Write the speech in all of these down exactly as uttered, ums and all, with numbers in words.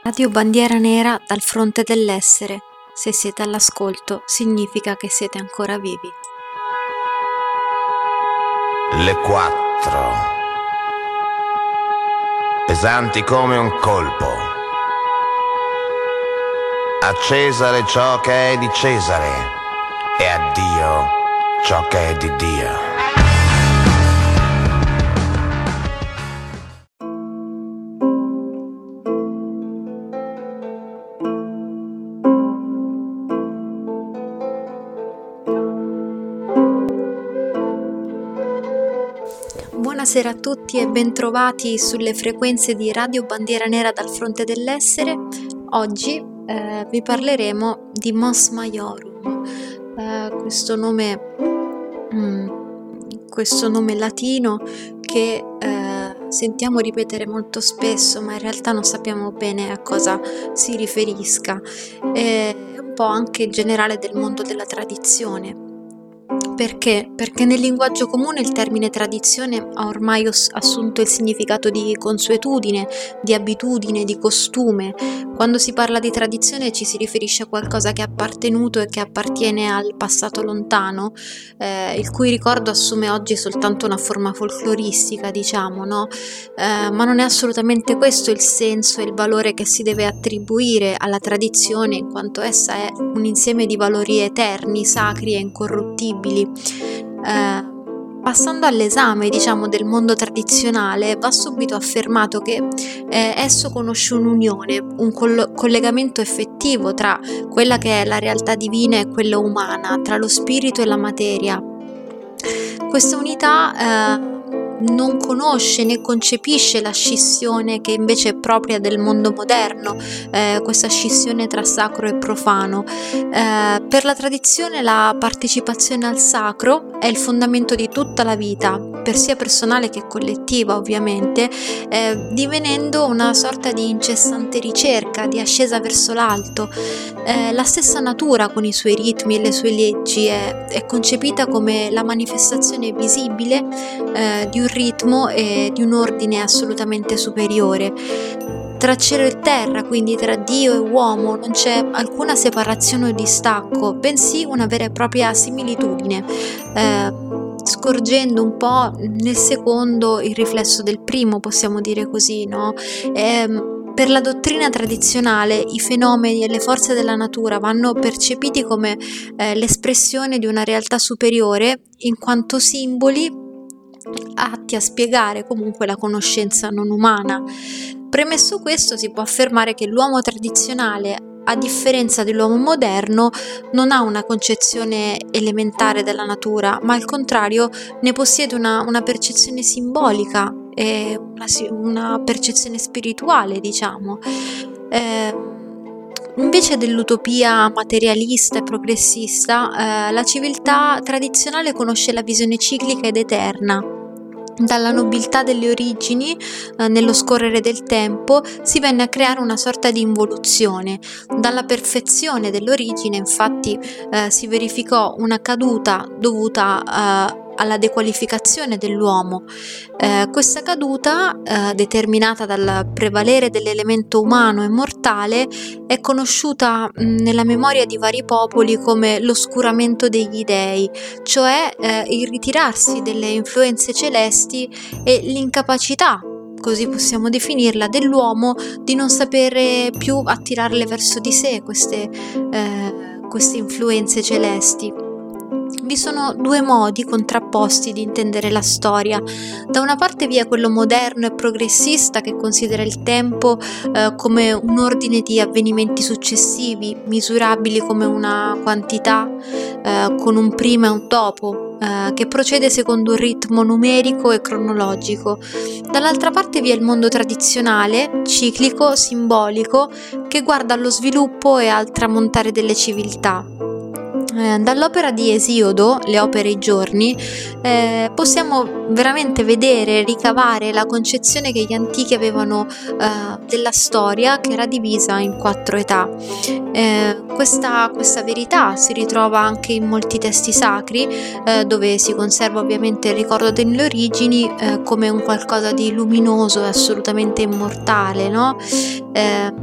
Radio Bandiera Nera dal fronte dell'essere. Se siete all'ascolto, significa che siete ancora vivi. Le quattro, pesanti come un colpo. A Cesare ciò che è di Cesare e a Dio ciò che è di Dio. Buonasera a tutti e bentrovati sulle frequenze di Radio Bandiera Nera dal fronte dell'essere. Oggi eh, vi parleremo di Mos Maiorum, eh, questo nome, mm, questo nome latino che eh, sentiamo ripetere molto spesso, ma in realtà non sappiamo bene a cosa si riferisca. È un po' anche generale del mondo della tradizione. Perché? Perché nel linguaggio comune il termine tradizione ha ormai os- assunto il significato di consuetudine, di abitudine, di costume. Quando si parla di tradizione ci si riferisce a qualcosa che è appartenuto e che appartiene al passato lontano, eh, il cui ricordo assume oggi soltanto una forma folcloristica, diciamo, no? Eh, ma non è assolutamente questo il senso e il valore che si deve attribuire alla tradizione, in quanto essa è un insieme di valori eterni, sacri e incorruttibili. Eh, passando all'esame, diciamo, del mondo tradizionale, va subito affermato che eh, esso conosce un'unione, un coll- collegamento effettivo tra quella che è la realtà divina e quella umana, tra lo spirito e la materia. Questa unità eh, non conosce né concepisce la scissione che invece è propria del mondo moderno, eh, questa scissione tra sacro e profano. Eh, per la tradizione la partecipazione al sacro è il fondamento di tutta la vita, per sia personale che collettiva ovviamente, eh, divenendo una sorta di incessante ricerca, di ascesa verso l'alto. Eh, la stessa natura con i suoi ritmi e le sue leggi è, è concepita come la manifestazione visibile eh, di un ritmo e di un ordine assolutamente superiore. Tra cielo e terra, quindi tra Dio e uomo, non c'è alcuna separazione o distacco, bensì una vera e propria similitudine, eh, scorgendo un po' nel secondo il riflesso del primo, possiamo dire così, no? Eh, Per la dottrina tradizionale i fenomeni e le forze della natura vanno percepiti come eh, l'espressione di una realtà superiore in quanto simboli atti a spiegare comunque la conoscenza non umana. Premesso questo, si può affermare che l'uomo tradizionale, a differenza dell'uomo moderno, non ha una concezione elementare della natura, ma al contrario ne possiede una, una percezione simbolica e una, una percezione spirituale, diciamo. Eh, Invece dell'utopia materialista e progressista, eh, la civiltà tradizionale conosce la visione ciclica ed eterna. Dalla nobiltà delle origini, eh, nello scorrere del tempo, si venne a creare una sorta di involuzione. Dalla perfezione dell'origine, infatti, eh, si verificò una caduta dovuta eh, alla dequalificazione dell'uomo. Eh, questa caduta, eh, determinata dal prevalere dell'elemento umano e mortale, è conosciuta mh, nella memoria di vari popoli come l'oscuramento degli dei, cioè eh, il ritirarsi delle influenze celesti e l'incapacità, così possiamo definirla, dell'uomo di non sapere più attirarle verso di sé queste, eh, queste influenze celesti. Vi sono due modi contrapposti di intendere la storia. Da una parte vi è quello moderno e progressista che considera il tempo eh, come un ordine di avvenimenti successivi, misurabili come una quantità, eh, con un prima e un dopo, eh, che procede secondo un ritmo numerico e cronologico. Dall'altra parte vi è il mondo tradizionale, ciclico, simbolico, che guarda allo sviluppo e al tramontare delle civiltà. Eh, dall'opera di Esiodo, le opere i giorni, eh, possiamo veramente vedere, ricavare la concezione che gli antichi avevano eh, della storia, che era divisa in quattro età. Eh, questa, questa verità si ritrova anche in molti testi sacri, eh, dove si conserva ovviamente il ricordo delle origini eh, come un qualcosa di luminoso e assolutamente immortale, no? Eh,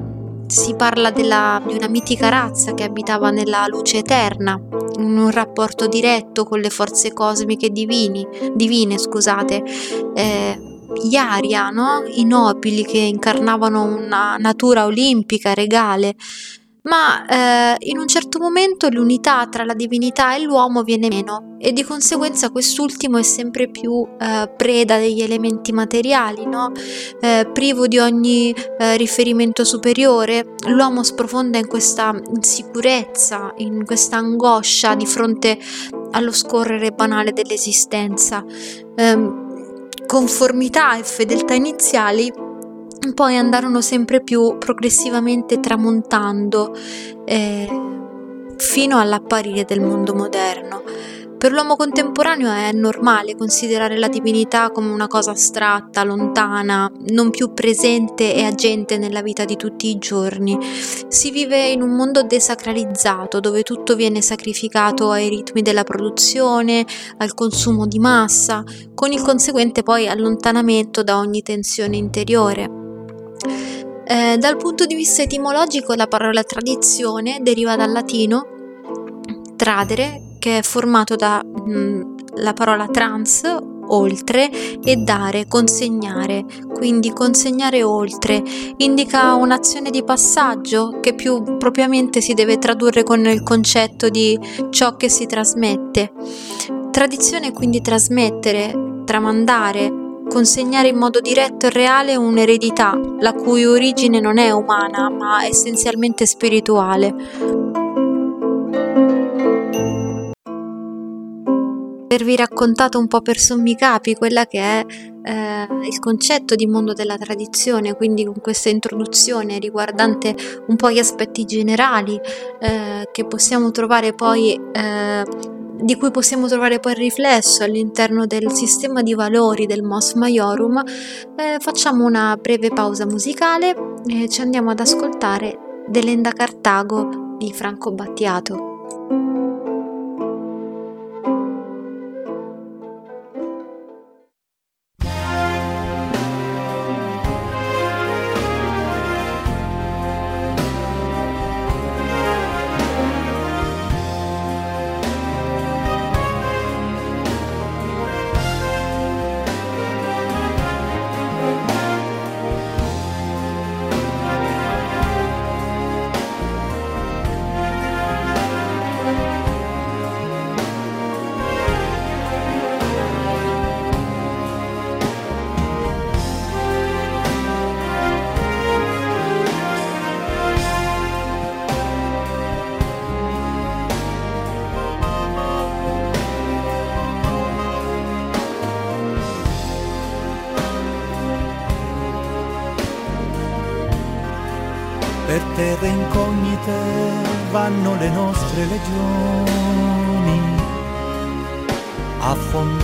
si parla della, di una mitica razza che abitava nella luce eterna, in un rapporto diretto con le forze cosmiche divini, divine, scusate, eh, gli Aria, no? I nobili che incarnavano una natura olimpica, regale, ma eh, in un certo momento l'unità tra la divinità e l'uomo viene meno e di conseguenza quest'ultimo è sempre più eh, preda degli elementi materiali, no? Eh, privo di ogni eh, riferimento superiore. L'uomo sprofonda in questa insicurezza, in questa angoscia di fronte allo scorrere banale dell'esistenza. Eh, conformità e fedeltà iniziali poi andarono sempre più progressivamente tramontando eh, fino all'apparire del mondo moderno. Per l'uomo contemporaneo è normale considerare la divinità come una cosa astratta, lontana, non più presente e agente nella vita di tutti i giorni. Si vive in un mondo desacralizzato, dove tutto viene sacrificato ai ritmi della produzione, al consumo di massa, con il conseguente poi allontanamento da ogni tensione interiore. Eh, dal punto di vista etimologico, la parola tradizione deriva dal latino tradere, che è formato da mh, la parola trans, oltre, e dare, consegnare. Quindi consegnare oltre indica un'azione di passaggio che più propriamente si deve tradurre con il concetto di ciò che si trasmette. Tradizione è quindi trasmettere, tramandare, consegnare in modo diretto e reale un'eredità, la cui origine non è umana, ma essenzialmente spirituale. Avervi raccontato un po' per sommi capi quella che è eh, il concetto di mondo della tradizione, quindi con questa introduzione riguardante un po' gli aspetti generali eh, che possiamo trovare poi eh, di cui possiamo trovare poi il riflesso all'interno del sistema di valori del Mos Maiorum, eh, facciamo una breve pausa musicale e ci andiamo ad ascoltare Delenda Cartago di Franco Battiato. Per terre incognite vanno le nostre legioni a fondare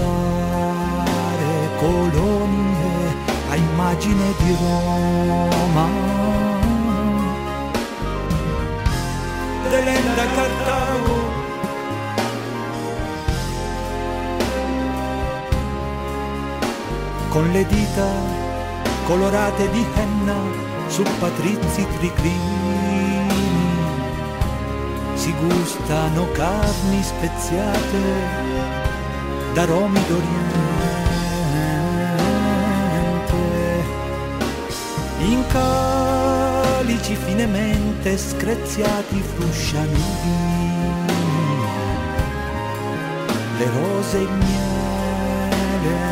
colonie a immagine di Roma. Delenda Cartago, con le dita colorate di henna su patrizi triclini, si gustano carni speziate d'aromi d'Oriente, in calici finemente screziati frusciano i vini, le rose e il miele.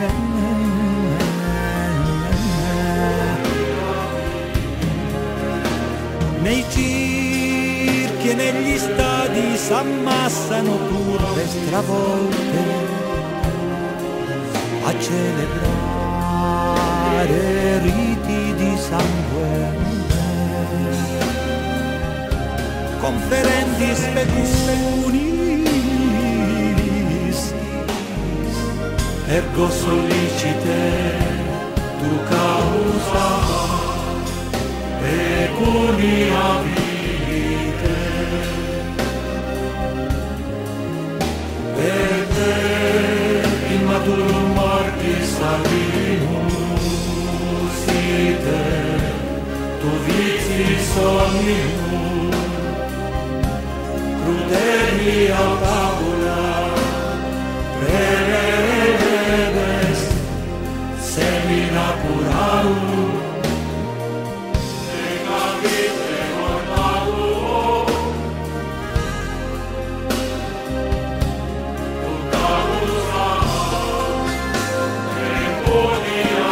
Nei circhi e negli stadi s'ammassano turbe stravolte a celebrare riti di sangue, conferenti spedunis, ergo sollicite tu causa pecunia vitae, per te immaturum mortis salvimus ite, tu vici so minut, crudeli a tavola, prevedes, semina curarum, decavite mortalum, tucavus amas, emponia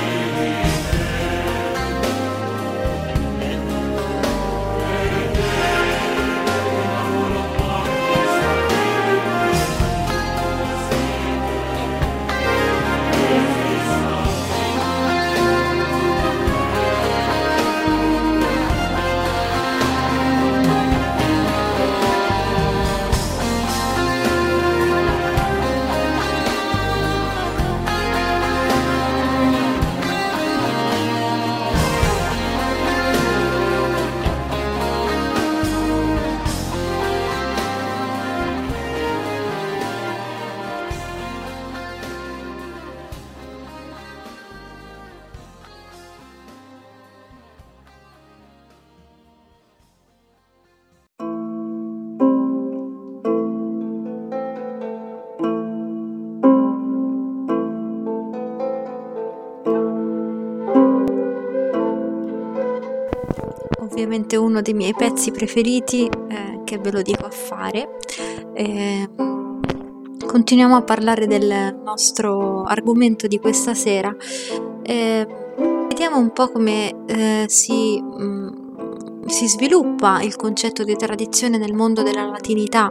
ovviamente uno dei miei pezzi preferiti, eh, che ve lo dico a fare. Eh, continuiamo a parlare del nostro argomento di questa sera. Eh, vediamo un po' come eh, si, mh, si sviluppa il concetto di tradizione nel mondo della latinità.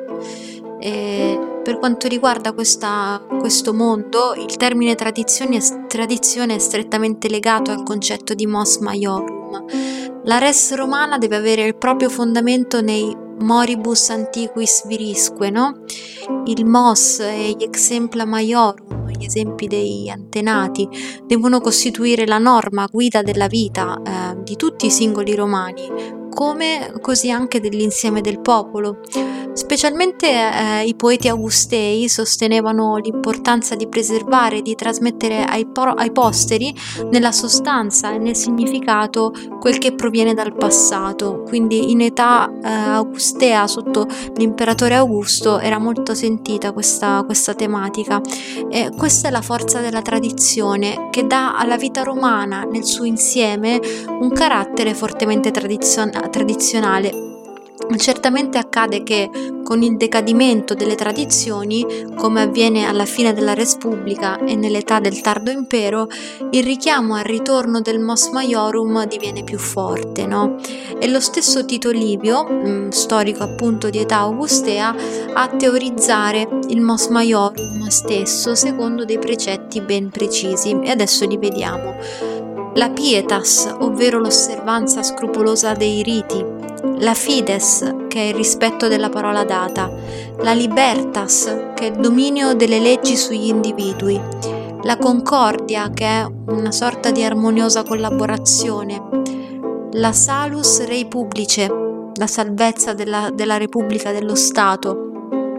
Eh, per quanto riguarda questa, questo mondo, il termine tradizione, tradizione è strettamente legato al concetto di mos maiorum. La res romana deve avere il proprio fondamento nei moribus antiquis virisque, no? Il mos e gli exempla maiorum, gli esempi dei antenati, devono costituire la norma guida della vita eh, di tutti i singoli romani, come così anche dell'insieme del popolo. Specialmente eh, i poeti augustei sostenevano l'importanza di preservare e di trasmettere ai, po- ai posteri nella sostanza e nel significato quel che proviene dal passato. Quindi in età eh, augustea, sotto l'imperatore Augusto, era molto sentita questa, questa tematica. E questa è la forza della tradizione, che dà alla vita romana nel suo insieme un carattere fortemente tradizion- tradizionale. Certamente accade che con il decadimento delle tradizioni, come avviene alla fine della Repubblica e nell'età del tardo impero, il richiamo al ritorno del mos maiorum diviene più forte, no? E lo stesso Tito Livio, mh, storico appunto di età augustea, a teorizzare il mos maiorum stesso secondo dei precetti ben precisi, e adesso li vediamo. La pietas, ovvero l'osservanza scrupolosa dei riti, la fides, che è il rispetto della parola data, la libertas, che è il dominio delle leggi sugli individui, la concordia, che è una sorta di armoniosa collaborazione, la salus rei publice, la salvezza della, della Repubblica, dello Stato,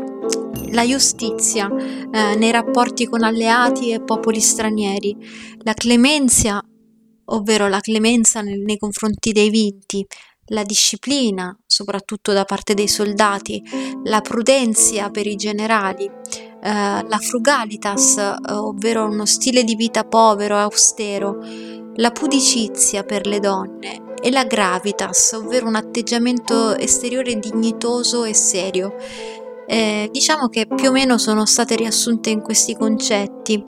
la giustizia eh, nei rapporti con alleati e popoli stranieri, la clemenzia, ovvero la clemenza nei, nei confronti dei vinti, la disciplina, soprattutto da parte dei soldati, la prudenzia per i generali, eh, la frugalitas, eh, ovvero uno stile di vita povero e austero, la pudicizia per le donne e la gravitas, ovvero un atteggiamento esteriore dignitoso e serio. Eh, diciamo che più o meno sono state riassunte in questi concetti.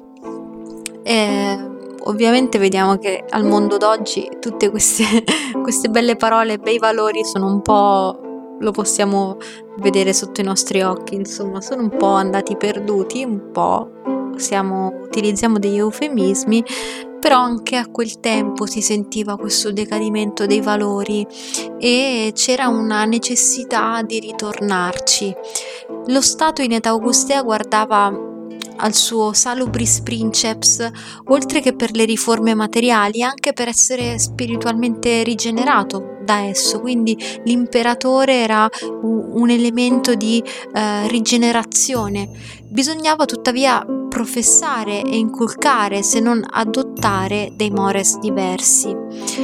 Eh, Ovviamente vediamo che al mondo d'oggi tutte queste, queste belle parole, bei valori sono un po', lo possiamo vedere sotto i nostri occhi, insomma, sono un po' andati perduti, un po' siamo, utilizziamo degli eufemismi, però anche a quel tempo si sentiva questo decadimento dei valori e c'era una necessità di ritornarci. Lo Stato in età augustea guardava al suo salubris princeps, oltre che per le riforme materiali, anche per essere spiritualmente rigenerato da esso. Quindi l'imperatore era un elemento di eh, rigenerazione. Bisognava tuttavia professare e inculcare, se non adottare, dei mores diversi.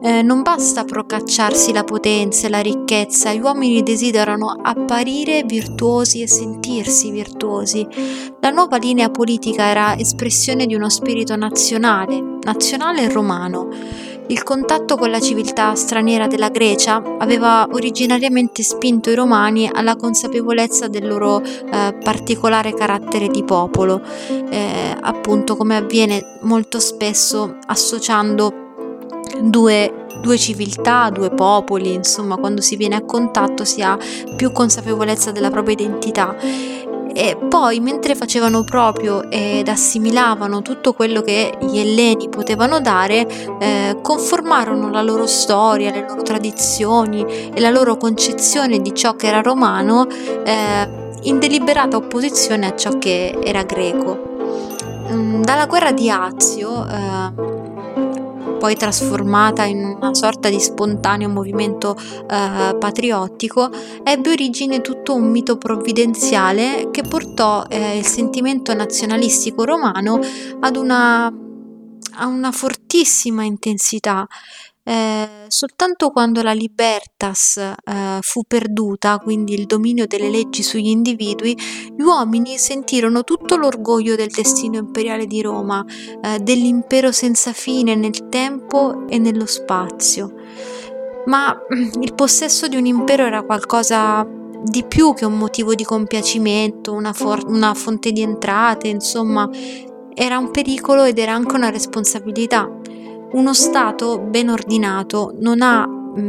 Eh, non basta procacciarsi la potenza e la ricchezza, gli uomini desiderano apparire virtuosi e sentirsi virtuosi. La nuova linea politica era espressione di uno spirito nazionale, nazionale e romano. Il contatto con la civiltà straniera della Grecia aveva originariamente spinto i romani alla consapevolezza del loro eh, particolare carattere di popolo, eh, appunto come avviene molto spesso associando due, due civiltà, due popoli, insomma quando si viene a contatto si ha più consapevolezza della propria identità. E poi, mentre facevano proprio ed assimilavano tutto quello che gli elleni potevano dare, eh, conformarono la loro storia, le loro tradizioni e la loro concezione di ciò che era romano eh, in deliberata opposizione a ciò che era greco. Dalla guerra di Azio, eh, poi trasformata in una sorta di spontaneo movimento eh, patriottico, ebbe origine tutto un mito provvidenziale che portò eh, il sentimento nazionalistico romano ad una, a una fortissima intensità. Eh, soltanto quando la libertas eh, fu perduta, quindi il dominio delle leggi sugli individui, gli uomini sentirono tutto l'orgoglio del destino imperiale di Roma, eh, dell'impero senza fine nel tempo e nello spazio. Ma il possesso di un impero era qualcosa di più che un motivo di compiacimento, una, for- una fonte di entrate, insomma, era un pericolo ed era anche una responsabilità. Uno Stato ben ordinato non ha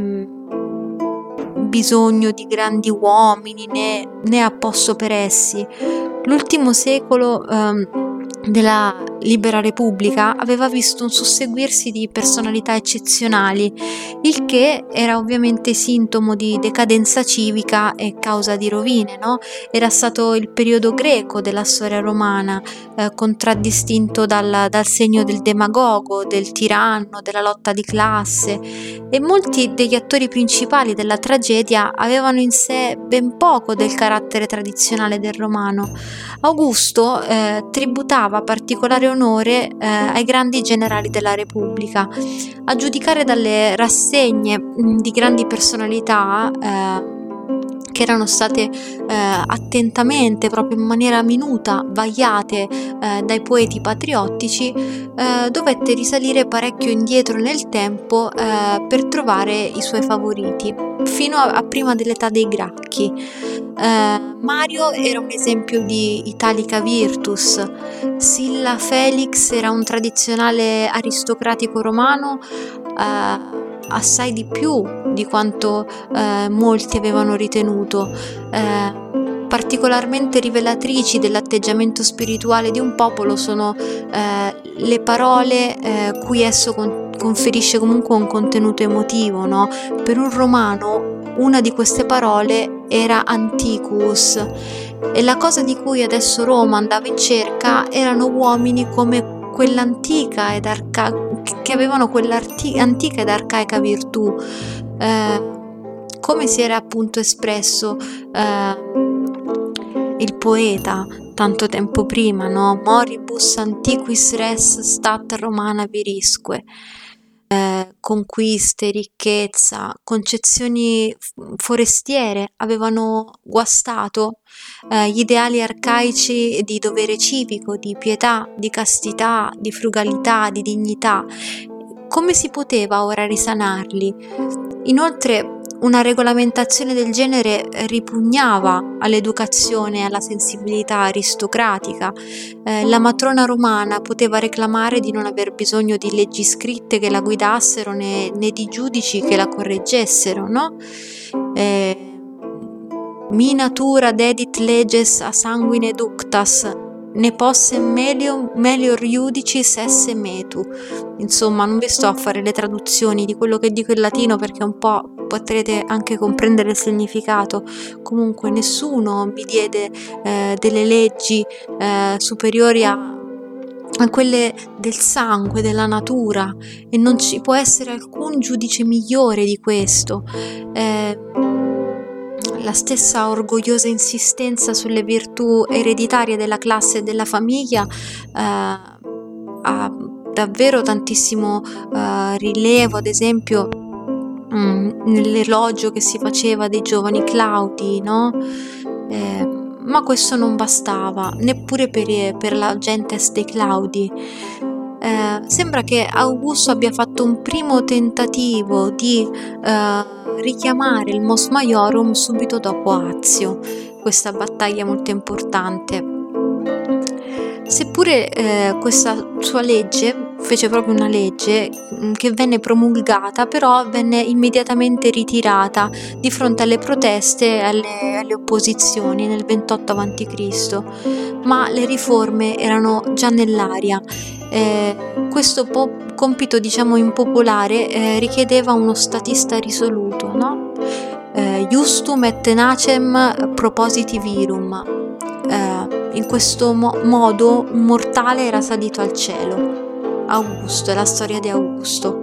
mh, bisogno di grandi uomini né, né apposto per essi. L'ultimo secolo um, della Libera Repubblica aveva visto un susseguirsi di personalità eccezionali, il che era ovviamente sintomo di decadenza civica e causa di rovine, no? Era stato il periodo greco della storia romana, eh, contraddistinto dal, dal segno del demagogo, del tiranno, della lotta di classe, e molti degli attori principali della tragedia avevano in sé ben poco del carattere tradizionale del romano. Augusto eh, tributava particolare onore eh, ai grandi generali della Repubblica. A giudicare dalle rassegne mh, di grandi personalità eh, che erano state eh, attentamente, proprio in maniera minuta, vagliate eh, dai poeti patriottici, eh, dovette risalire parecchio indietro nel tempo eh, per trovare i suoi favoriti, fino a, a prima dell'età dei Gracchi. Eh, Mario era un esempio di Italica Virtus, Silla Felix era un tradizionale aristocratico romano, eh, assai di più di quanto eh, molti avevano ritenuto, eh, particolarmente rivelatrici dell'atteggiamento spirituale di un popolo sono eh, le parole eh, cui esso con- conferisce comunque un contenuto emotivo, no? Per un romano una di queste parole era antiquus, e la cosa di cui adesso Roma andava in cerca erano uomini come quell'antica ed arca che avevano quell'antica ed arcaica virtù, eh, come si era appunto espresso eh, il poeta tanto tempo prima, no? Moribus antiquis res stat romana virisque. Eh, conquiste, ricchezza, concezioni forestiere avevano guastato eh, gli ideali arcaici di dovere civico, di pietà, di castità, di frugalità, di dignità. Come si poteva ora risanarli? Inoltre, una regolamentazione del genere ripugnava all'educazione e alla sensibilità aristocratica. Eh, la matrona romana poteva reclamare di non aver bisogno di leggi scritte che la guidassero né, né di giudici che la correggessero, no? Eh, Mi natura dedit leges a sanguine ductas, ne possem melior, melior iudicis esse metu. Insomma, non vi sto a fare le traduzioni di quello che dico in latino perché un po' potrete anche comprendere il significato. Comunque nessuno mi diede eh, delle leggi eh, superiori a, a quelle del sangue, della natura, e non ci può essere alcun giudice migliore di questo. Eh, La stessa orgogliosa insistenza sulle virtù ereditarie della classe e della famiglia eh, ha davvero tantissimo uh, rilievo, ad esempio mh, nell'elogio che si faceva dei giovani Claudi, no? Eh, ma questo non bastava, neppure per, per la gentes dei Claudi. Eh, sembra che Augusto abbia fatto un primo tentativo di eh, richiamare il Mos Maiorum subito dopo Azio, questa battaglia molto importante. Seppure eh, questa sua legge fece proprio una legge che venne promulgata, però venne immediatamente ritirata di fronte alle proteste e alle, alle opposizioni nel ventotto avanti Cristo, ma le riforme erano già nell'aria. Eh, questo po- compito, diciamo, impopolare eh, richiedeva uno statista risoluto, no? Eh, Justum et tenacem propositi virum. Eh, in questo mo- modo un mortale era salito al cielo. Augusto, è la storia di Augusto.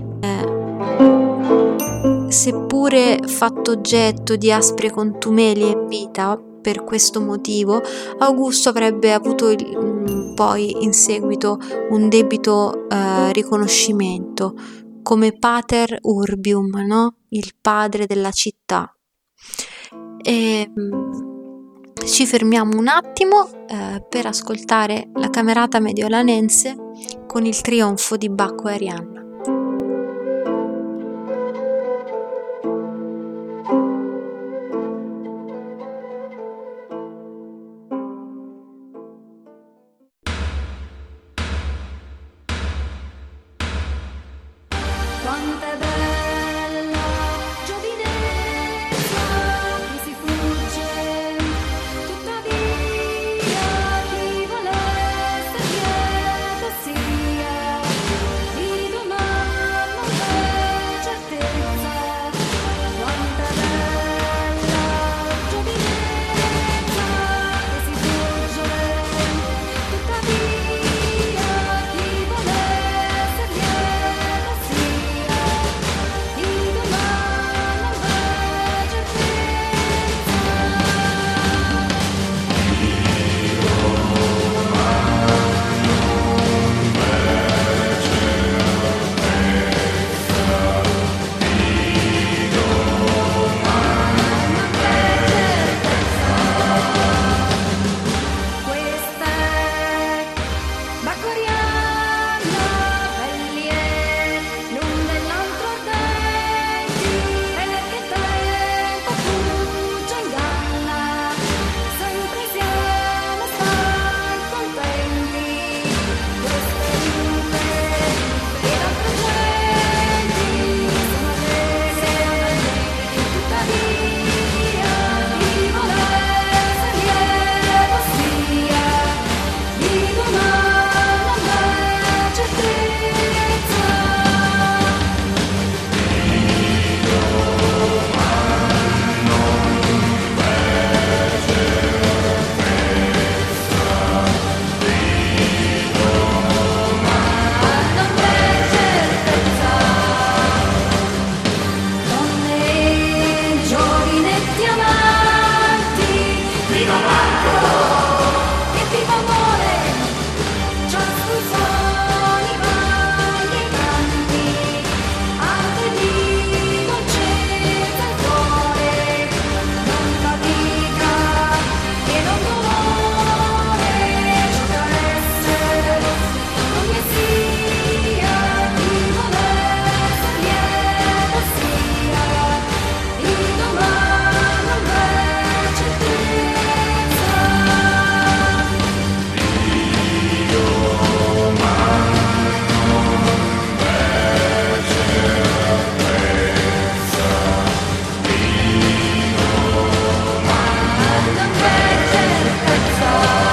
Eh, seppure fatto oggetto di aspre contumeli in vita, per questo motivo Augusto avrebbe avuto il, mh, poi in seguito un debito eh, riconoscimento come pater urbium, no? Il padre della città. E, mh, ci fermiamo un attimo eh, per ascoltare la Camerata Mediolanense con il trionfo di Bacco e Arianna. Quanto è bella giovinezza, chi si fugge, tuttavia chi vuole essere lieto sia, di domani non c'è certezza. Quanto è bella giovinezza, chi si fugge, tuttavia chi vuole essere lieto sia, di domani non c'è certezza. Questa è Bacco Arianna, belli e non dell'altro ardenti, perché tempo fugge inganna, sempre siamo stati contenti. Queste lupe e altre genti sono allegrate, tuttavia chi vuole essere lieto sia, di domani non c'è certezza. Non c'è certezza. Donne e giovinetti amanti, viva Marco, che viva amore, ciascun sono i balli e i canti, arte di dolcezza al cuore, non fatica e non dolore, gioca a essere come sia, chi vuole essere lieto sia, di domani non c'è certezza. Non c'è certezza.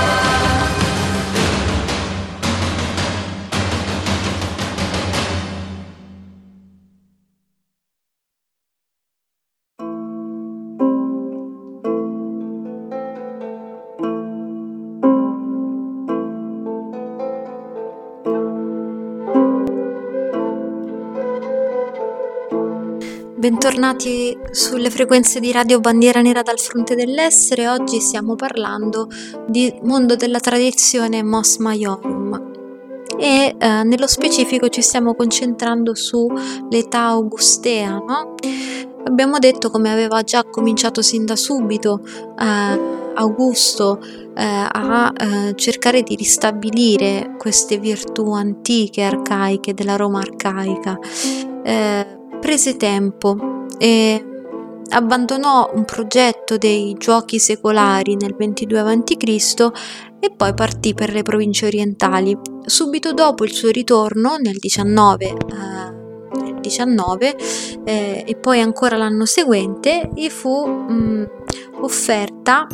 Bentornati sulle frequenze di Radio Bandiera Nera dal Fronte dell'Essere. Oggi stiamo parlando di mondo della tradizione Mos Maiorum. e eh, nello specifico ci stiamo concentrando sull'età augustea, no? Abbiamo detto come aveva già cominciato sin da subito eh, Augusto eh, a eh, cercare di ristabilire queste virtù antiche, arcaiche della Roma arcaica. Eh, prese tempo e abbandonò un progetto dei giochi secolari nel ventidue avanti Cristo e poi partì per le province orientali. Subito dopo il suo ritorno, nel diciannove, eh, nel diciannove eh, e poi ancora l'anno seguente, gli fu mh, offerta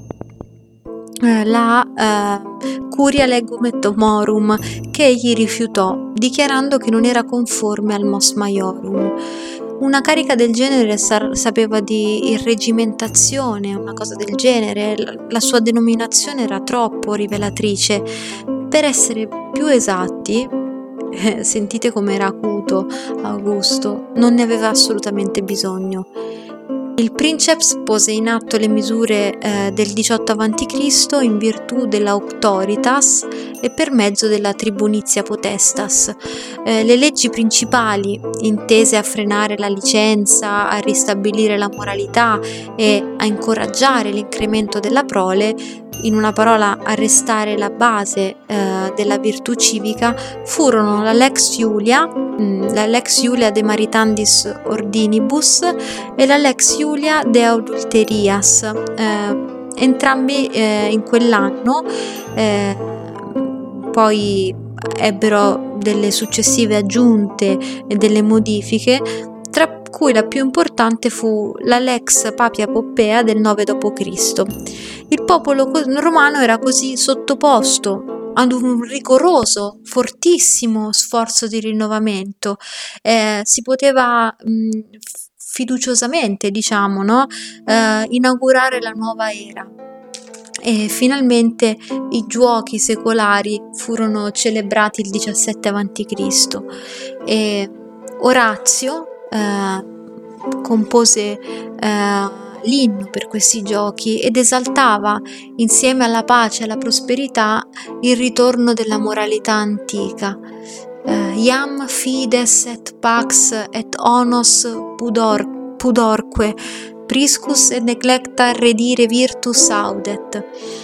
eh, la eh, Curia Legum et Homorum, che egli rifiutò, dichiarando che non era conforme al Mos Maiorum. Una carica del genere sa- sapeva di irregimentazione, una cosa del genere. La sua denominazione era troppo rivelatrice. Per essere più esatti, eh, sentite com'era acuto Augusto, non ne aveva assolutamente bisogno. Il princeps pose in atto le misure eh, del diciotto avanti Cristo in virtù della auctoritas e per mezzo della tribunizia potestas. Eh, le leggi principali, intese a frenare la licenza, a ristabilire la moralità e a incoraggiare l'incremento della prole, in una parola a restare la base eh, della virtù civica, furono la Lex Iulia, mh, la Lex Iulia de Maritandis Ordinibus e la Lex Iulia de Adulterias, eh, entrambi eh, in quell'anno. Eh, poi ebbero delle successive aggiunte e delle modifiche, tra cui la più importante fu la Lex Papia Poppea del nove dopo Cristo. Il popolo romano era così sottoposto ad un rigoroso, fortissimo sforzo di rinnovamento. Eh, si poteva mh, fiduciosamente, diciamo, no? eh, inaugurare la nuova era. E finalmente i giochi secolari furono celebrati il diciassette avanti Cristo e Orazio eh, compose eh, l'inno per questi giochi ed esaltava, insieme alla pace e alla prosperità, il ritorno della moralità antica. Eh, Iam fides et pax et onos pudor, pudorque priscus et neglecta redire virtus audet.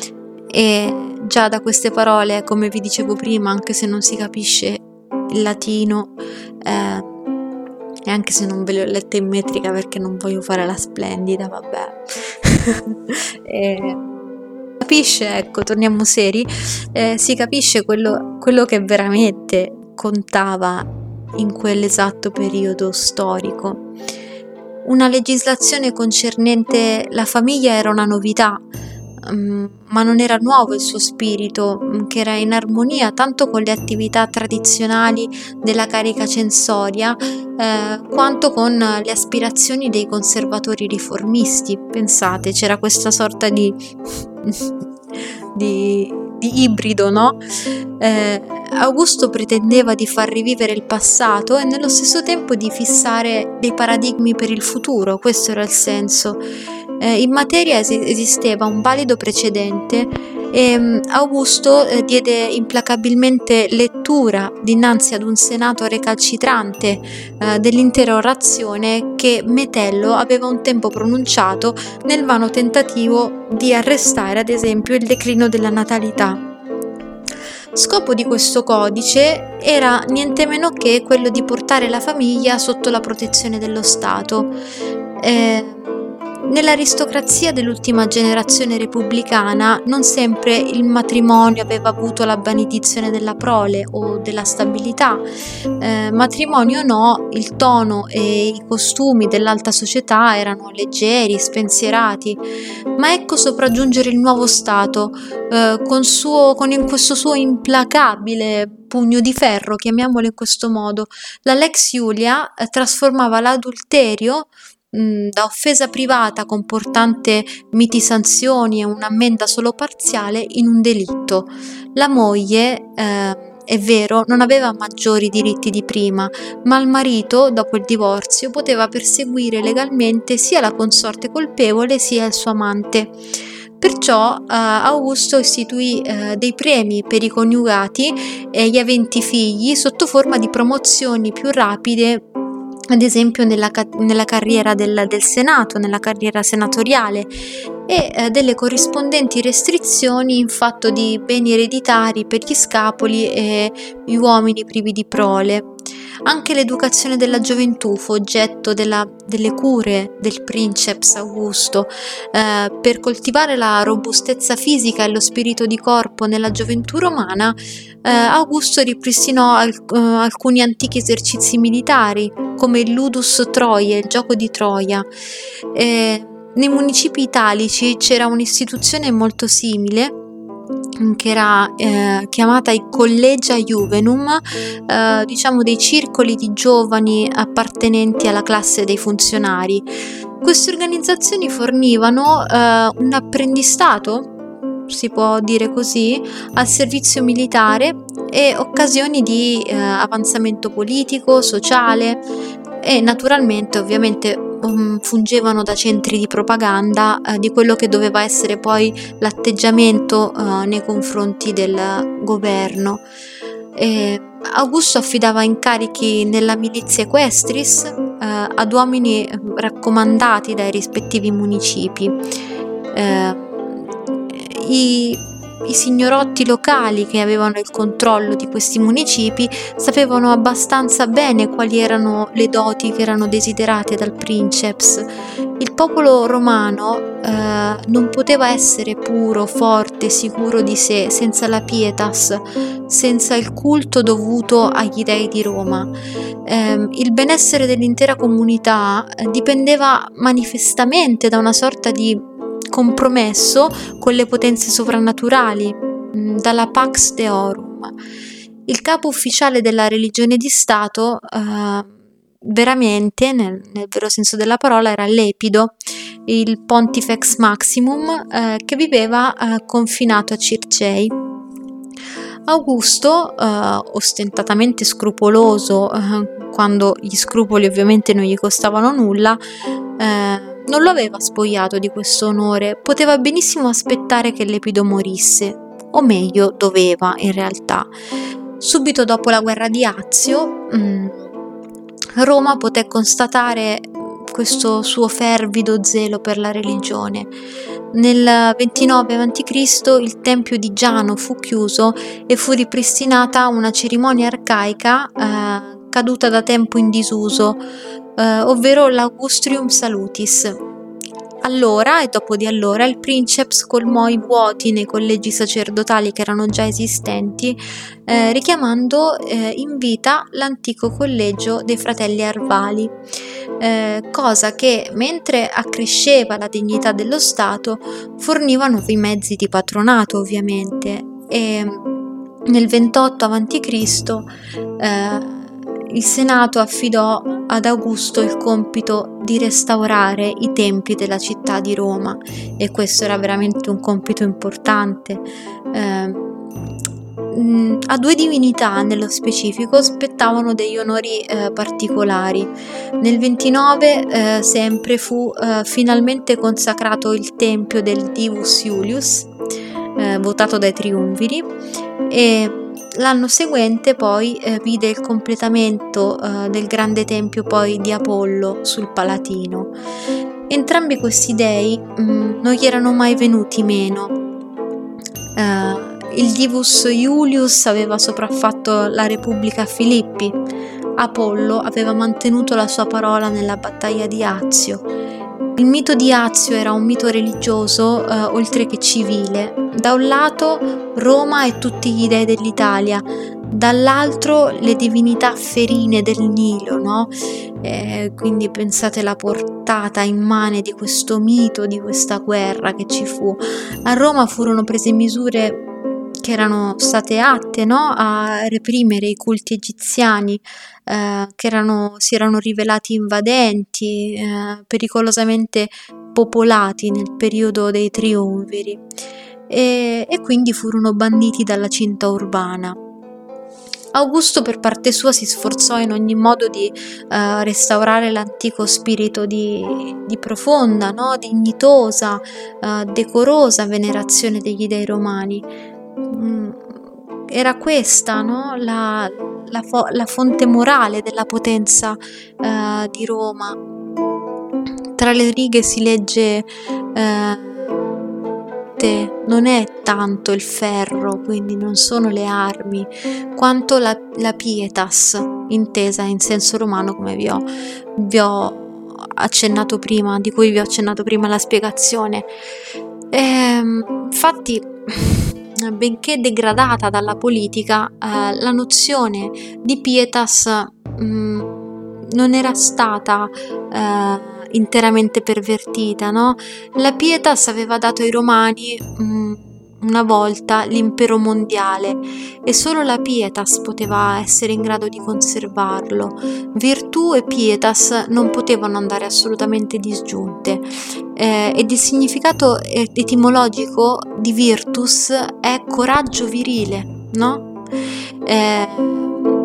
E già da queste parole, come vi dicevo prima, anche se non si capisce il latino eh, e anche se non ve le ho lette in metrica perché non voglio fare la splendida, vabbè e, capisce, ecco, torniamo seri, eh, si capisce quello, quello che veramente contava in quell'esatto periodo storico. Una legislazione concernente la famiglia era una novità, um, ma non era nuovo il suo spirito, um, che era in armonia tanto con le attività tradizionali della carica censoria, eh, quanto con le aspirazioni dei conservatori riformisti. Pensate, c'era questa sorta di, di, di ibrido, no? Eh, Augusto pretendeva di far rivivere il passato e nello stesso tempo di fissare dei paradigmi per il futuro, questo era il senso. Eh, in materia es- esisteva un valido precedente e um, Augusto eh, diede implacabilmente lettura dinanzi ad un senato recalcitrante eh, dell'intera orazione che Metello aveva un tempo pronunciato nel vano tentativo di arrestare, ad esempio, il declino della natalità. Scopo di questo codice era niente meno che quello di portare la famiglia sotto la protezione dello Stato. Eh, Nell'aristocrazia dell'ultima generazione repubblicana non sempre il matrimonio aveva avuto la benedizione della prole o della stabilità. Eh, matrimonio no, il tono e i costumi dell'alta società erano leggeri, spensierati, ma ecco sopraggiungere il nuovo Stato eh, con, suo, con in questo suo implacabile pugno di ferro, chiamiamolo in questo modo. La Lex Iulia eh, trasformava l'adulterio da offesa privata comportante miti sanzioni e un'ammenda solo parziale in un delitto. La moglie, eh, è vero, non aveva maggiori diritti di prima, ma il marito, dopo il divorzio, poteva perseguire legalmente sia la consorte colpevole sia il suo amante. Perciò eh, Augusto istituì eh, dei premi per i coniugati e gli aventi figli sotto forma di promozioni più rapide, ad esempio nella, ca- nella carriera del, del Senato, nella carriera senatoriale, e eh, delle corrispondenti restrizioni in fatto di beni ereditari per gli scapoli e gli uomini privi di prole. Anche l'educazione della gioventù fu oggetto della, delle cure del princeps Augusto. Eh, per coltivare la robustezza fisica e lo spirito di corpo nella gioventù romana, eh, Augusto ripristinò al, eh, alcuni antichi esercizi militari, come il Ludus Troiae, il gioco di Troia. Eh, nei municipi italici c'era un'istituzione molto simile, che era eh, chiamata i Collegia Juvenum, eh, diciamo dei circoli di giovani appartenenti alla classe dei funzionari. Queste organizzazioni fornivano eh, un apprendistato, si può dire così, al servizio militare e occasioni di eh, avanzamento politico, sociale e naturalmente ovviamente um, fungevano da centri di propaganda eh, di quello che doveva essere poi l'atteggiamento eh, nei confronti del governo. E Augusto affidava incarichi nella milizia equestris eh, ad uomini raccomandati dai rispettivi municipi. Eh, i I signorotti locali che avevano il controllo di questi municipi sapevano abbastanza bene quali erano le doti che erano desiderate dal princeps. Il popolo romano eh, non poteva essere puro, forte, sicuro di sé senza la pietas, senza il culto dovuto agli dei di Roma. Eh, il benessere dell'intera comunità dipendeva manifestamente da una sorta di compromesso con le potenze sovrannaturali, dalla Pax Deorum. Il capo ufficiale della religione di Stato, eh, veramente, nel, nel vero senso della parola, era Lepido, il Pontifex Maximum, eh, che viveva eh, confinato a Circei. Augusto, eh, ostentatamente scrupoloso, eh, quando gli scrupoli ovviamente non gli costavano nulla, eh, non lo aveva spogliato di questo onore, poteva benissimo aspettare che Lepido morisse, o meglio, doveva in realtà. Subito dopo la guerra di Azio, mh, Roma poté constatare questo suo fervido zelo per la religione. Nel ventinove avanti Cristo il tempio di Giano fu chiuso e fu ripristinata una cerimonia arcaica eh, caduta da tempo in disuso, eh, ovvero l'Augustrium Salutis. Allora, e dopo di allora, il princeps colmò i vuoti nei collegi sacerdotali che erano già esistenti, eh, richiamando eh, in vita l'antico collegio dei fratelli Arvali, eh, cosa che, mentre accresceva la dignità dello Stato, forniva nuovi mezzi di patronato, ovviamente. E nel ventotto avanti Cristo eh, il Senato affidò ad Augusto il compito di restaurare i templi della città di Roma, e questo era veramente un compito importante. Eh, a due divinità nello specifico spettavano degli onori eh, particolari. Nel ventinove eh, sempre fu eh, finalmente consacrato il tempio del Divus Iulius, eh, votato dai triumviri, e l'anno seguente poi eh, vide il completamento eh, del grande tempio poi di Apollo sul Palatino. Entrambi questi dei mh, non gli erano mai venuti meno. Eh, il Divus Iulius aveva sopraffatto la Repubblica a Filippi, Apollo aveva mantenuto la sua parola nella battaglia di Azio. Il mito di Azio era un mito religioso eh, oltre che civile. Da un lato Roma e tutti gli dei dell'Italia, dall'altro le divinità ferine del Nilo, no? Eh, quindi pensate la portata immane di questo mito, di questa guerra che ci fu. A Roma furono prese misure che erano state atte, no? A reprimere i culti egiziani eh, che erano, si erano rivelati invadenti, eh, pericolosamente popolati nel periodo dei triumviri, e, e quindi furono banditi dalla cinta urbana. Augusto per parte sua si sforzò in ogni modo di eh, restaurare l'antico spirito di, di profonda, no? dignitosa, eh, decorosa venerazione degli dei romani. Mm, era questa, no? la, la, fo- la fonte morale della potenza eh, di Roma. Tra le righe si legge eh, non è tanto il ferro, quindi non sono le armi, quanto la, la pietas, intesa in senso romano, come vi ho, vi ho accennato prima, di cui vi ho accennato prima la spiegazione. E, infatti, benché degradata dalla politica, eh, la nozione di pietas mh, non era stata eh, interamente pervertita, no? La pietas aveva dato ai romani mh, una volta l'impero mondiale e solo la pietas poteva essere in grado di conservarlo. Virtù e pietas non potevano andare assolutamente disgiunte eh, ed il significato etimologico di virtus è coraggio virile, no? Eh,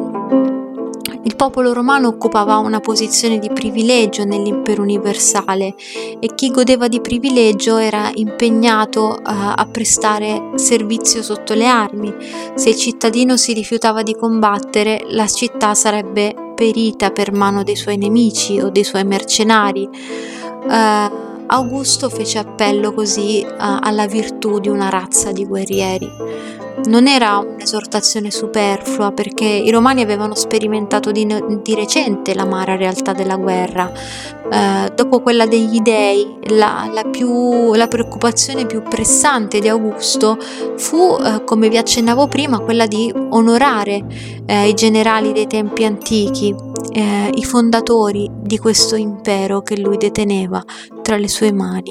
Il popolo romano occupava una posizione di privilegio nell'impero universale e chi godeva di privilegio era impegnato uh, a prestare servizio sotto le armi. Se il cittadino si rifiutava di combattere, la città sarebbe perita per mano dei suoi nemici o dei suoi mercenari. Uh, Augusto fece appello così uh, alla virtù di una razza di guerrieri. Non era un'esortazione superflua, perché i romani avevano sperimentato di, di recente l'amara realtà della guerra. Eh, dopo quella degli dei, la, la, più, la preoccupazione più pressante di Augusto fu, eh, come vi accennavo prima, quella di onorare eh, i generali dei tempi antichi, eh, i fondatori di questo impero che lui deteneva tra le sue mani.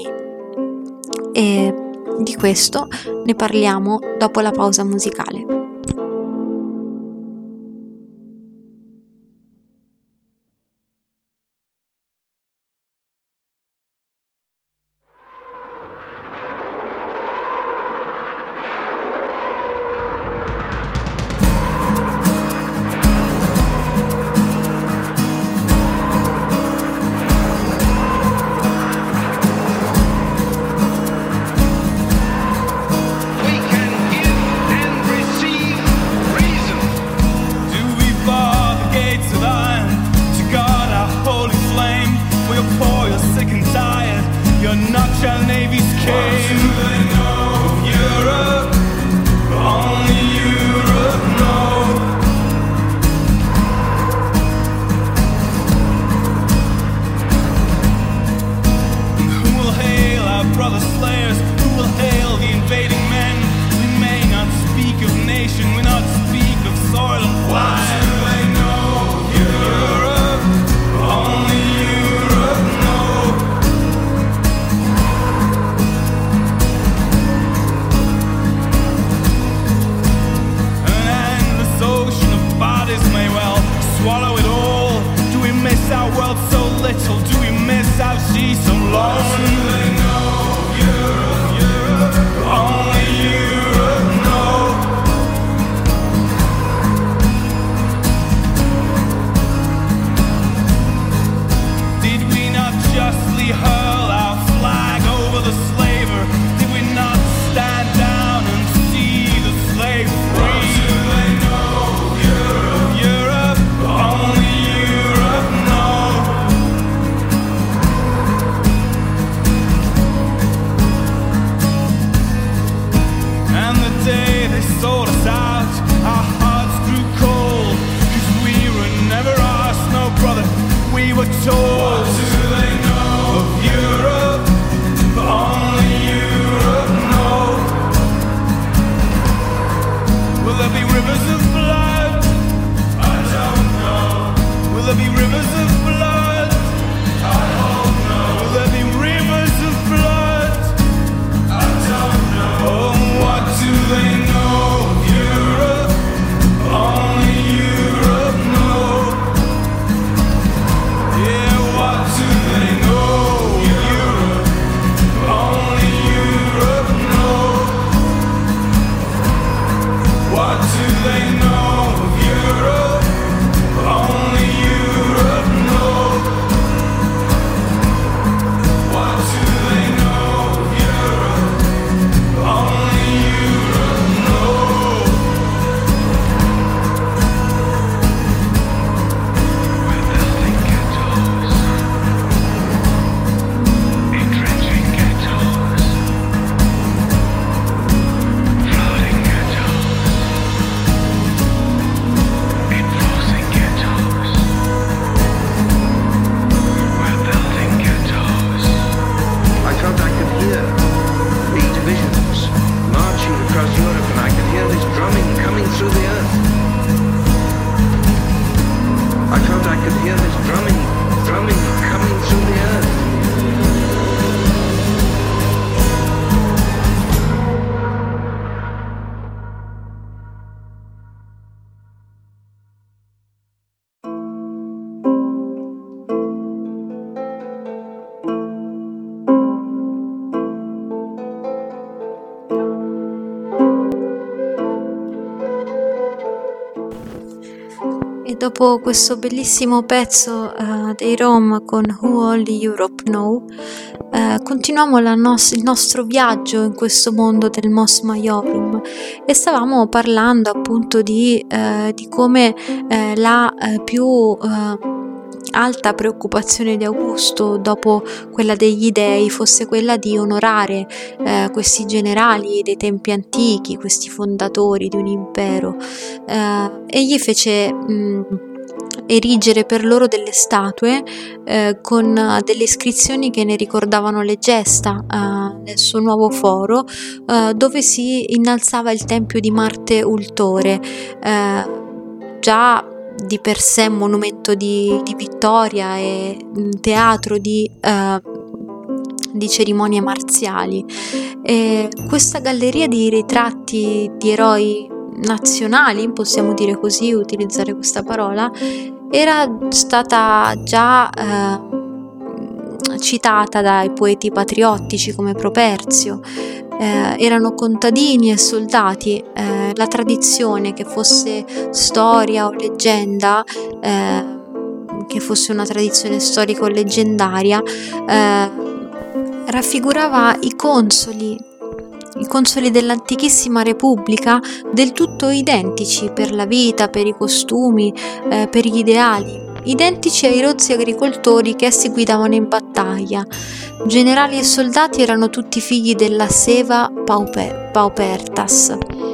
E di questo ne parliamo dopo la pausa musicale. We can give and receive. E dopo questo bellissimo pezzo uh, dei Rom con Who Only Europe Know, uh, continuiamo la nos- il nostro viaggio in questo mondo del Mos Maiorum e stavamo parlando appunto di, uh, di come uh, la uh, più uh, alta preoccupazione di Augusto, dopo quella degli dei, fosse quella di onorare eh, questi generali dei tempi antichi, questi fondatori di un impero. Eh, egli fece mh, erigere per loro delle statue eh, con delle iscrizioni che ne ricordavano le gesta eh, nel suo nuovo foro, eh, dove si innalzava il tempio di Marte Ultore, eh, già di per sé monumento di, di vittoria e teatro di, uh, di cerimonie marziali. E questa galleria di ritratti di eroi nazionali, possiamo dire così, utilizzare questa parola, era stata già uh, citata dai poeti patriottici come Properzio. Eh, erano contadini e soldati. Eh, la tradizione che fosse storia o leggenda, eh, che fosse una tradizione storica o leggendaria, eh, raffigurava i consoli, i consoli dell'antichissima Repubblica del tutto identici per la vita, per i costumi, eh, per gli ideali, identici ai rozzi agricoltori che essi guidavano in battaglia. Generali e soldati erano tutti figli della Seva Pauper- Paupertas.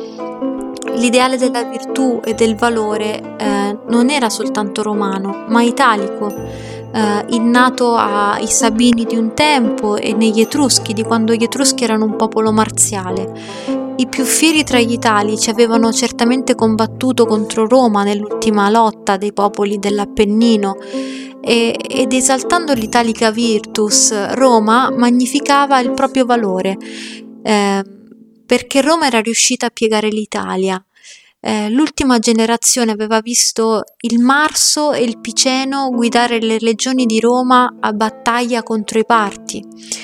L'ideale della virtù e del valore eh, non era soltanto romano, ma italico, eh, innato ai Sabini di un tempo e negli Etruschi, di quando gli Etruschi erano un popolo marziale. I più fieri tra gli italici avevano certamente combattuto contro Roma nell'ultima lotta dei popoli dell'Appennino, e, ed esaltando l'italica virtus, Roma magnificava il proprio valore, eh, perché Roma era riuscita a piegare l'Italia. Eh, l'ultima generazione aveva visto il Marso e il Piceno guidare le legioni di Roma a battaglia contro i Parti.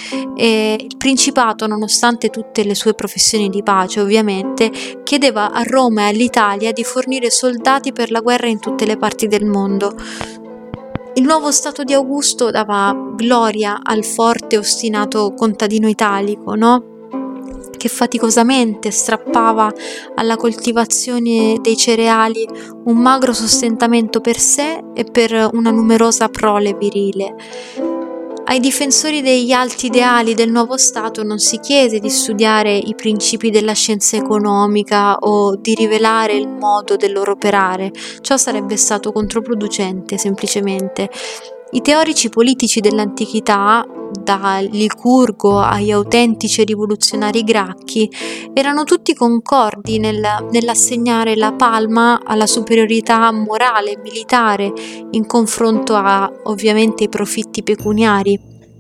E il Principato, nonostante tutte le sue professioni di pace ovviamente, chiedeva a Roma e all'Italia di fornire soldati per la guerra in tutte le parti del mondo. Il nuovo stato di Augusto dava gloria al forte e ostinato contadino italico, no? Che faticosamente strappava alla coltivazione dei cereali un magro sostentamento per sé e per una numerosa prole virile. Ai difensori degli alti ideali del nuovo Stato non si chiese di studiare i principi della scienza economica o di rivelare il modo del loro operare, ciò sarebbe stato controproducente semplicemente. I teorici politici dell'antichità, da Licurgo agli autentici rivoluzionari gracchi, erano tutti concordi nel, nell'assegnare la palma alla superiorità morale e militare in confronto a, ovviamente, i profitti pecuniari.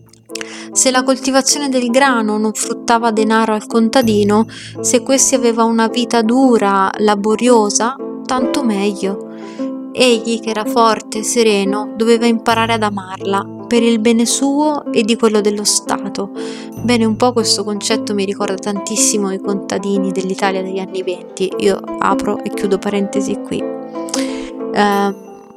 Se la coltivazione del grano non fruttava denaro al contadino, se questi aveva una vita dura, laboriosa, tanto meglio. Egli, che era forte e sereno, doveva imparare ad amarla per il bene suo e di quello dello Stato. Bene, un po' questo concetto mi ricorda tantissimo i contadini dell'Italia degli anni venti. Io apro e chiudo parentesi qui. Eh,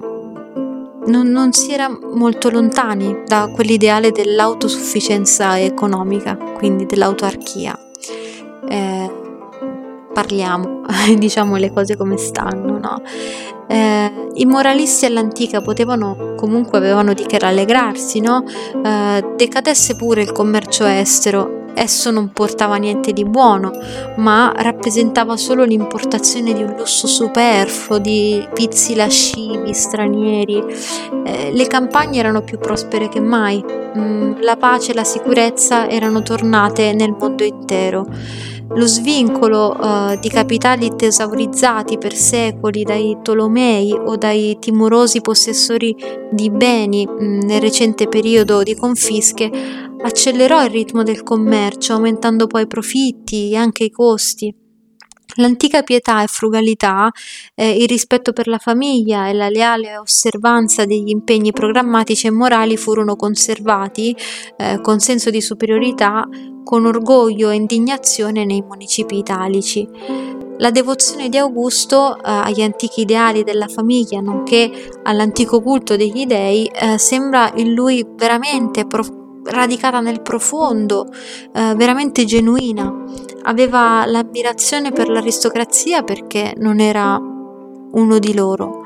non, non si era molto lontani da quell'ideale dell'autosufficienza economica, quindi dell'autarchia. Eh, parliamo, diciamo le cose come stanno, no? Eh, i moralisti all'antica potevano, comunque avevano di che rallegrarsi, no? Eh, decadesse pure il commercio estero, esso non portava niente di buono, ma rappresentava solo l'importazione di un lusso superfluo, di vizi lascivi, stranieri. Eh, le campagne erano più prospere che mai, mm, la pace e la sicurezza erano tornate nel mondo intero. Lo svincolo uh, di capitali tesaurizzati per secoli dai Tolomei o dai timorosi possessori di beni mh, nel recente periodo di confische accelerò il ritmo del commercio, aumentando poi i profitti e anche i costi. L'antica pietà e frugalità, eh, il rispetto per la famiglia e la leale osservanza degli impegni programmatici e morali furono conservati eh, con senso di superiorità, con orgoglio e indignazione nei municipi italici. La devozione di Augusto eh, agli antichi ideali della famiglia, nonché all'antico culto degli dei, eh, sembra in lui veramente prof- radicata nel profondo, eh, veramente genuina. Aveva l'ammirazione per l'aristocrazia perché non era uno di loro.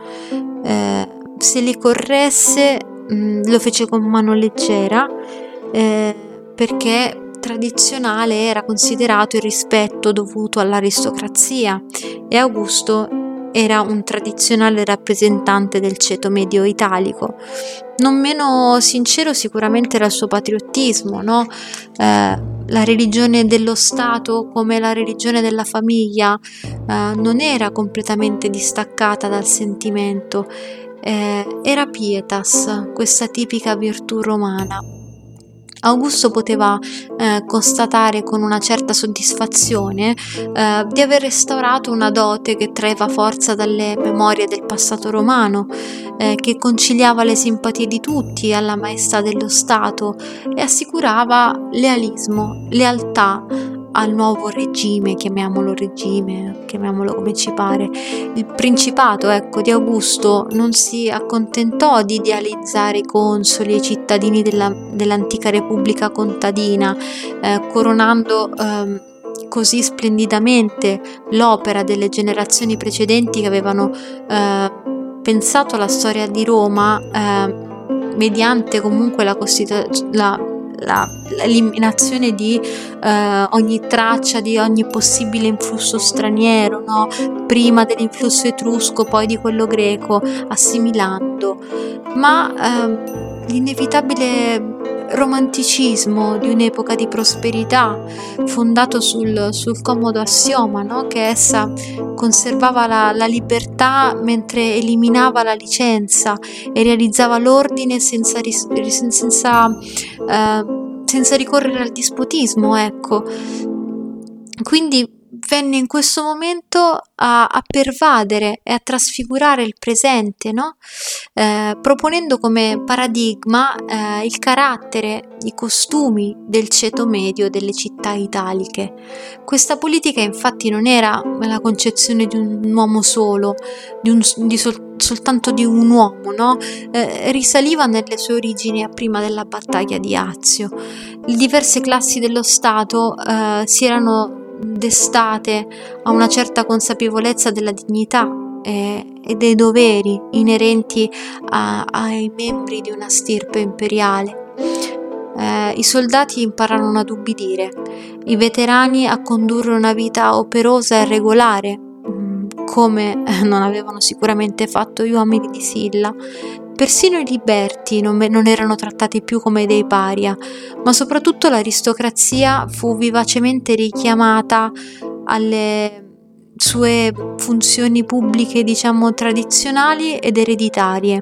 Eh, se li corresse mh, lo fece con mano leggera, eh, perché tradizionale era considerato il rispetto dovuto all'aristocrazia, e Augusto era un tradizionale rappresentante del ceto medio italico. Non meno sincero sicuramente era il suo patriottismo, no? Eh, la religione dello Stato, come la religione della famiglia, eh, non era completamente distaccata dal sentimento, eh, era pietas, questa tipica virtù romana. Augusto poteva eh, constatare con una certa soddisfazione eh, di aver restaurato una dote che traeva forza dalle memorie del passato romano, eh, che conciliava le simpatie di tutti alla maestà dello Stato e assicurava lealismo, lealtà al nuovo regime, chiamiamolo regime, chiamiamolo come ci pare. Il principato, ecco, di Augusto non si accontentò di idealizzare i consoli e i cittadini della, dell'antica Repubblica contadina, eh, coronando eh, così splendidamente l'opera delle generazioni precedenti che avevano eh, pensato alla storia di Roma eh, mediante comunque la costituzione, la La, l'eliminazione di eh, ogni traccia di ogni possibile influsso straniero, no? Prima dell'influsso etrusco, poi di quello greco, assimilando, ma eh, l'inevitabile romanticismo di un'epoca di prosperità fondato sul, sul comodo assioma, no? Che essa conservava la, la libertà mentre eliminava la licenza e realizzava l'ordine senza, ris- senza eh, senza ricorrere al dispotismo, ecco. Quindi venne in questo momento a, a pervadere e a trasfigurare il presente, no? Eh, proponendo come paradigma eh, il carattere, i costumi del ceto medio delle città italiche. Questa politica infatti non era la concezione di un uomo solo, di, un, di sol, soltanto di un uomo, no? Eh, risaliva nelle sue origini a prima della battaglia di Azio. Le diverse classi dello Stato eh, si erano destate a una certa consapevolezza della dignità e, e dei doveri inerenti a, ai membri di una stirpe imperiale. Eh, I soldati impararono ad ubbidire, i veterani a condurre una vita operosa e regolare, come non avevano sicuramente fatto gli uomini di Silla. Persino i liberti non, non erano trattati più come dei paria, ma soprattutto l'aristocrazia fu vivacemente richiamata alle sue funzioni pubbliche, diciamo, tradizionali ed ereditarie.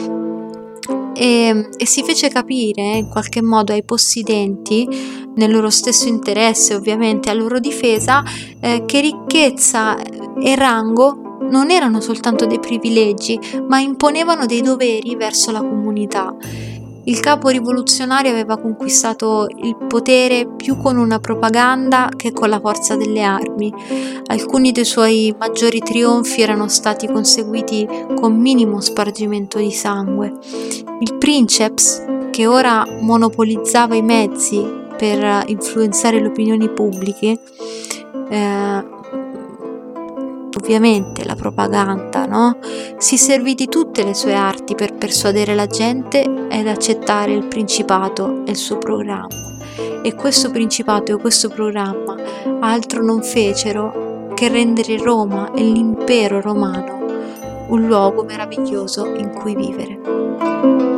E, e si fece capire in qualche modo ai possidenti, nel loro stesso interesse ovviamente, a loro difesa, eh, che ricchezza e rango non erano soltanto dei privilegi, ma imponevano dei doveri verso la comunità. Il capo rivoluzionario aveva conquistato il potere più con una propaganda che con la forza delle armi. Alcuni dei suoi maggiori trionfi erano stati conseguiti con minimo spargimento di sangue. Il princeps, che ora monopolizzava i mezzi per influenzare le opinioni pubbliche, eh, ovviamente la propaganda, no? Si servì di tutte le sue arti per persuadere la gente ad accettare il principato e il suo programma. E questo principato e questo programma altro non fecero che rendere Roma e l'impero romano un luogo meraviglioso in cui vivere.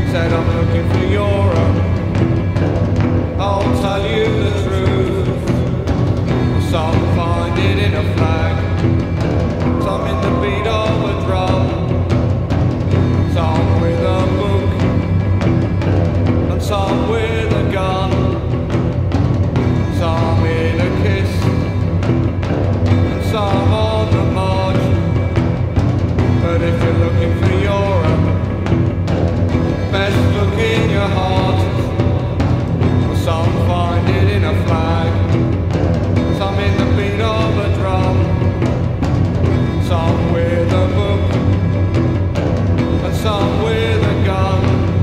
said I'm looking for Europe. I'll tell you the truth. Some find it in a flag, some in the beat of a drum, some with a book, and some with a gun, some in a kiss, and some on the march. But if you're looking for Europe, best look in your heart. Some find it in a flag, some in the beat of a drum, some with a book, and some with a gun,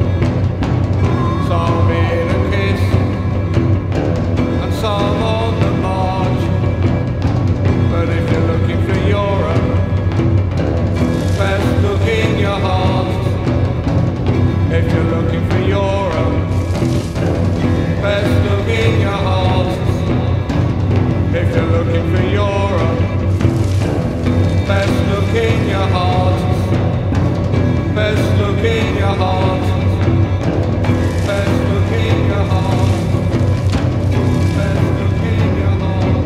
some in a kiss, and some on the march. But if you're looking for Europe, best look in your heart. If you're looking for Europe, best look in your heart. If you're looking for Europe, best look in your heart. Best look in your heart. Best look in your heart. Best look in your heart.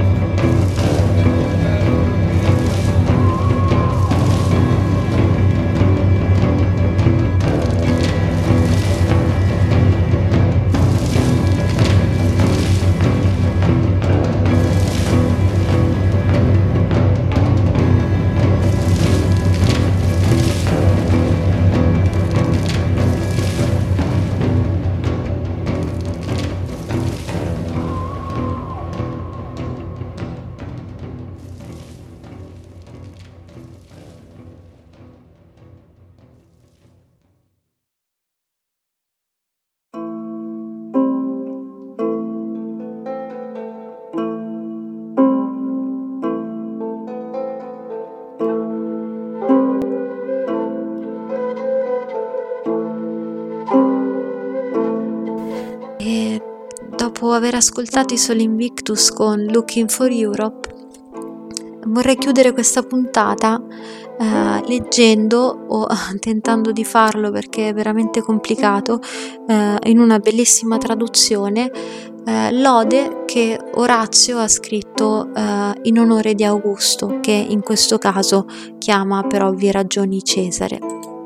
E dopo aver ascoltato i Soli Invictus con Looking for Europe, vorrei chiudere questa puntata eh, leggendo o tentando di farlo, perché è veramente complicato, eh, in una bellissima traduzione, eh, l'ode che Orazio ha scritto eh, in onore di Augusto, che in questo caso chiama per ovvie ragioni Cesare.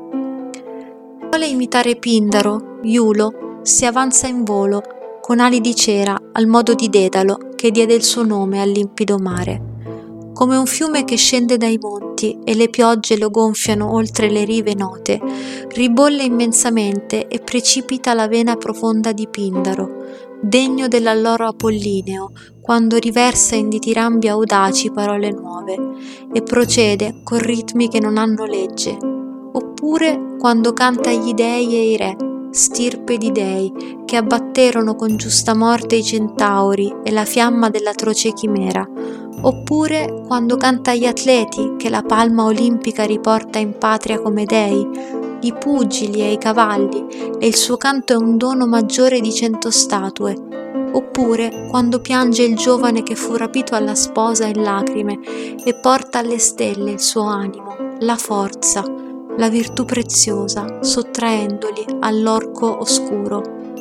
Vuole imitare Pindaro, Iulo, si avanza in volo, con ali di cera, al modo di Dedalo, che diede il suo nome al limpido mare. Come un fiume che scende dai monti e le piogge lo gonfiano oltre le rive note, ribolle immensamente e precipita la vena profonda di Pindaro, degno dell'alloro apollineo, quando riversa in ditirambi audaci parole nuove, e procede con ritmi che non hanno legge, oppure quando canta gli dei e i re, stirpe di dei, che abbatterono con giusta morte i centauri e la fiamma dell'atroce chimera, oppure quando canta gli atleti che la palma olimpica riporta in patria come dei, i pugili e i cavalli, e il suo canto è un dono maggiore di cento statue, oppure quando piange il giovane che fu rapito alla sposa in lacrime e porta alle stelle il suo animo, la forza, la virtù preziosa, sottraendoli all'orco oscuro.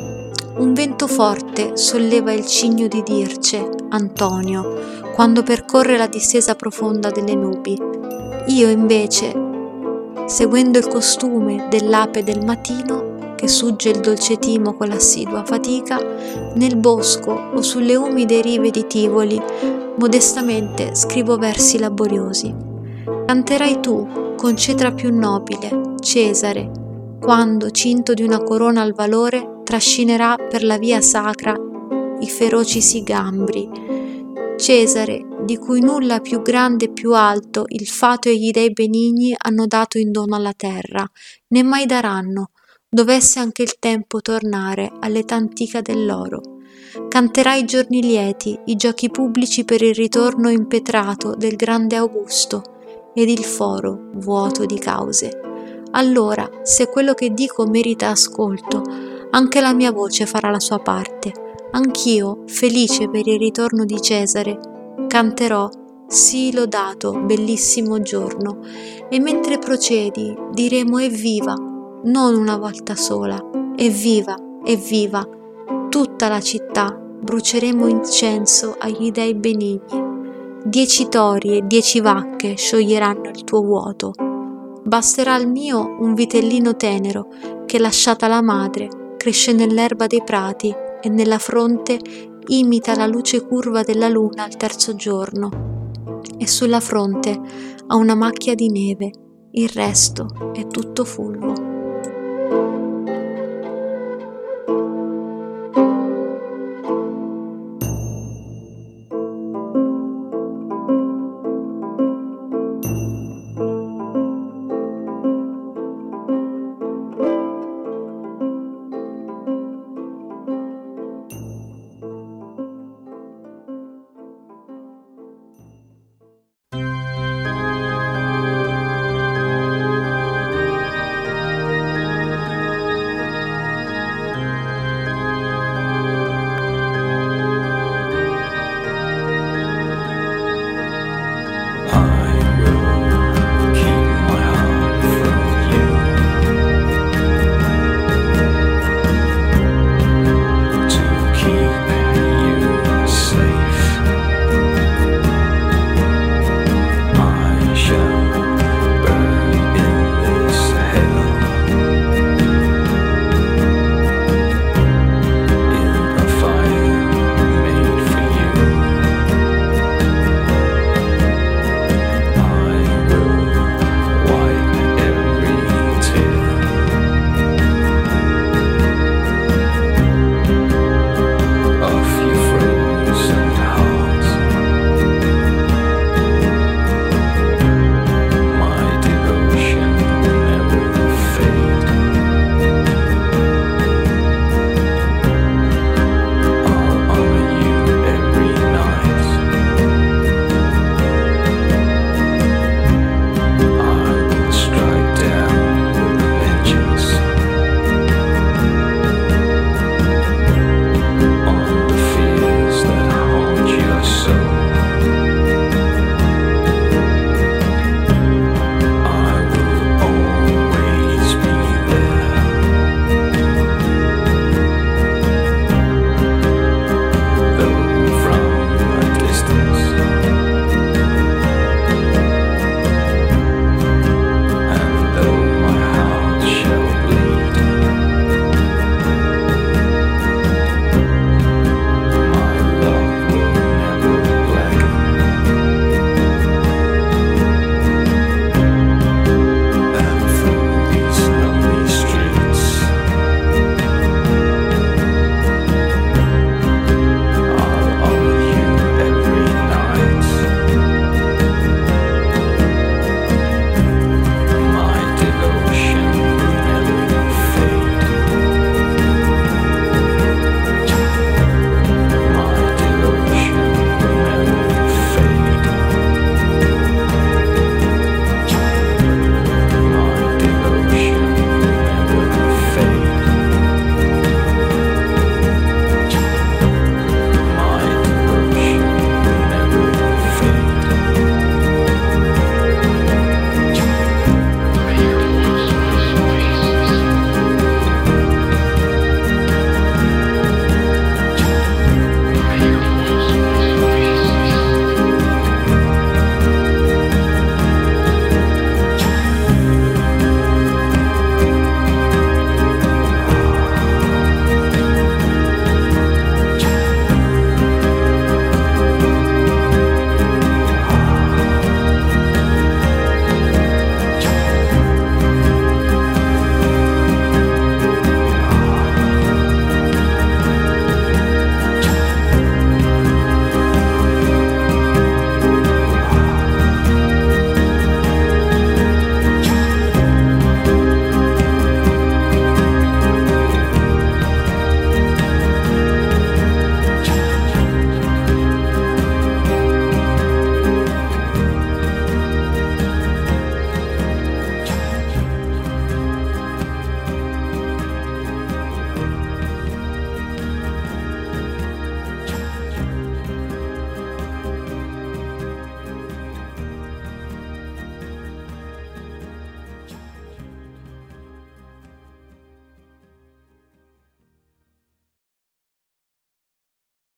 Un vento forte solleva il cigno di Dirce, Antonio, quando percorre la distesa profonda delle nubi. Io invece, seguendo il costume dell'ape del mattino, che sugge il dolce timo con l'assidua fatica, nel bosco o sulle umide rive di Tivoli, modestamente scrivo versi laboriosi. Canterai tu, con cetra più nobile, Cesare, quando, cinto di una corona al valore, trascinerà per la via sacra i feroci sigambri. Cesare, di cui nulla più grande e più alto il fato e gli dei benigni hanno dato in dono alla terra, né mai daranno, dovesse anche il tempo tornare all'età antica dell'oro. Canterai i giorni lieti, i giochi pubblici per il ritorno impetrato del grande Augusto, ed il foro vuoto di cause. Allora, se quello che dico merita ascolto, anche la mia voce farà la sua parte. Anch'io, felice per il ritorno di Cesare, canterò sii lodato bellissimo giorno, e mentre procedi diremo evviva, non una volta sola, Evviva, evviva, tutta la città, bruceremo incenso agli dei benigni. Dieci tori e dieci vacche scioglieranno il tuo vuoto. Basterà al mio un vitellino tenero che, lasciata la madre, cresce nell'erba dei prati e nella fronte imita la luce curva della luna al terzo giorno. E sulla fronte ha una macchia di neve, il resto è tutto fulvo.